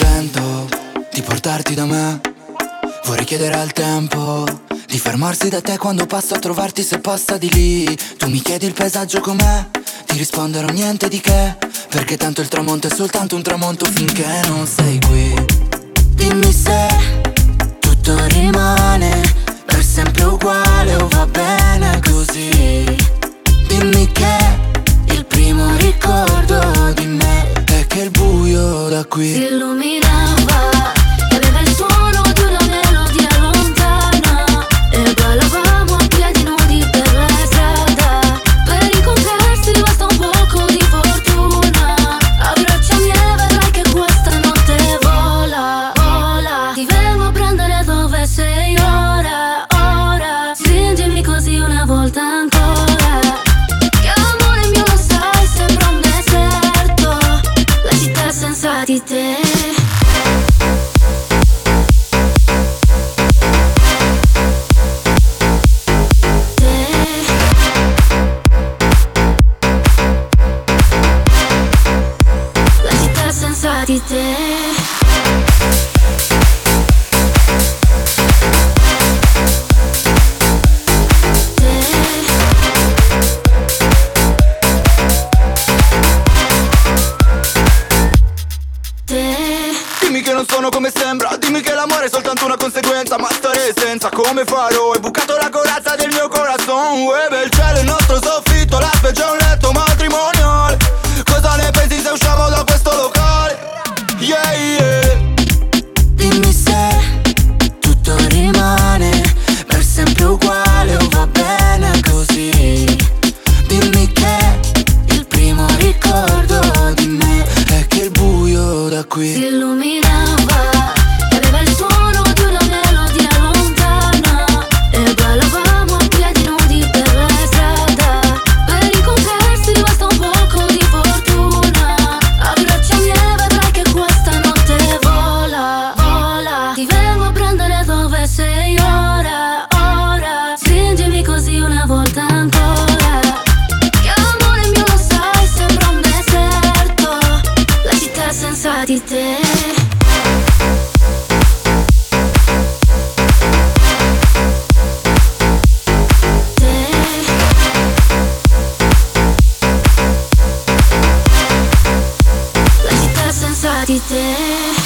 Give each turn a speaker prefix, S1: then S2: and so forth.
S1: sento di portarti da me. Vorrei chiedere al tempo di fermarsi da te quando passo a trovarti, se passa di lì. Tu mi chiedi il paesaggio com'è, ti risponderò niente di che, perché tanto il tramonto è soltanto un tramonto finché non sei qui. Dimmi se tutto rimane per sempre uguale o va bene così. Dimmi che il primo ricordo di me è che il buio da qui
S2: si illuminava e aveva il suono di una melodia lontana, e ballavamo a piedi nudi per la strada. Per incontrarsi basta un poco di fortuna. Abbracciami e vedrai che questa notte vola, vola. Ti vengo a prendere dove sei ora, ora. Stringimi così una volta ancora. Che amore mio lo sai, sembra un deserto, la città senza di te. Di te.
S1: Dimmi che non sono come sembra, dimmi che l'amore è soltanto una conseguenza, ma stare senza come farò? Hai bucato la corazza del mio corazon. Uè, il cielo è il nostro soffitto, la specie è un letto matrimoniale. Cosa ne pensi se usciamo da questo locale? Yeah, yeah. Dimmi se tutto rimane per sempre uguale o va bene così. Dimmi che il primo ricordo di me è che il buio da qui
S2: si illuminava e aveva il suono di una melodia lontana, e ballavamo a piedi nudi per la strada. Per incontrarsi basta un poco di fortuna. Abbracciami e vedrai che questa notte vola, vola. Ti vengo a prendere dove sei ora, ora. Stringimi così una volta ancora. Che amore mio lo sai, sembra un deserto, la città senza di te. La città senza di te.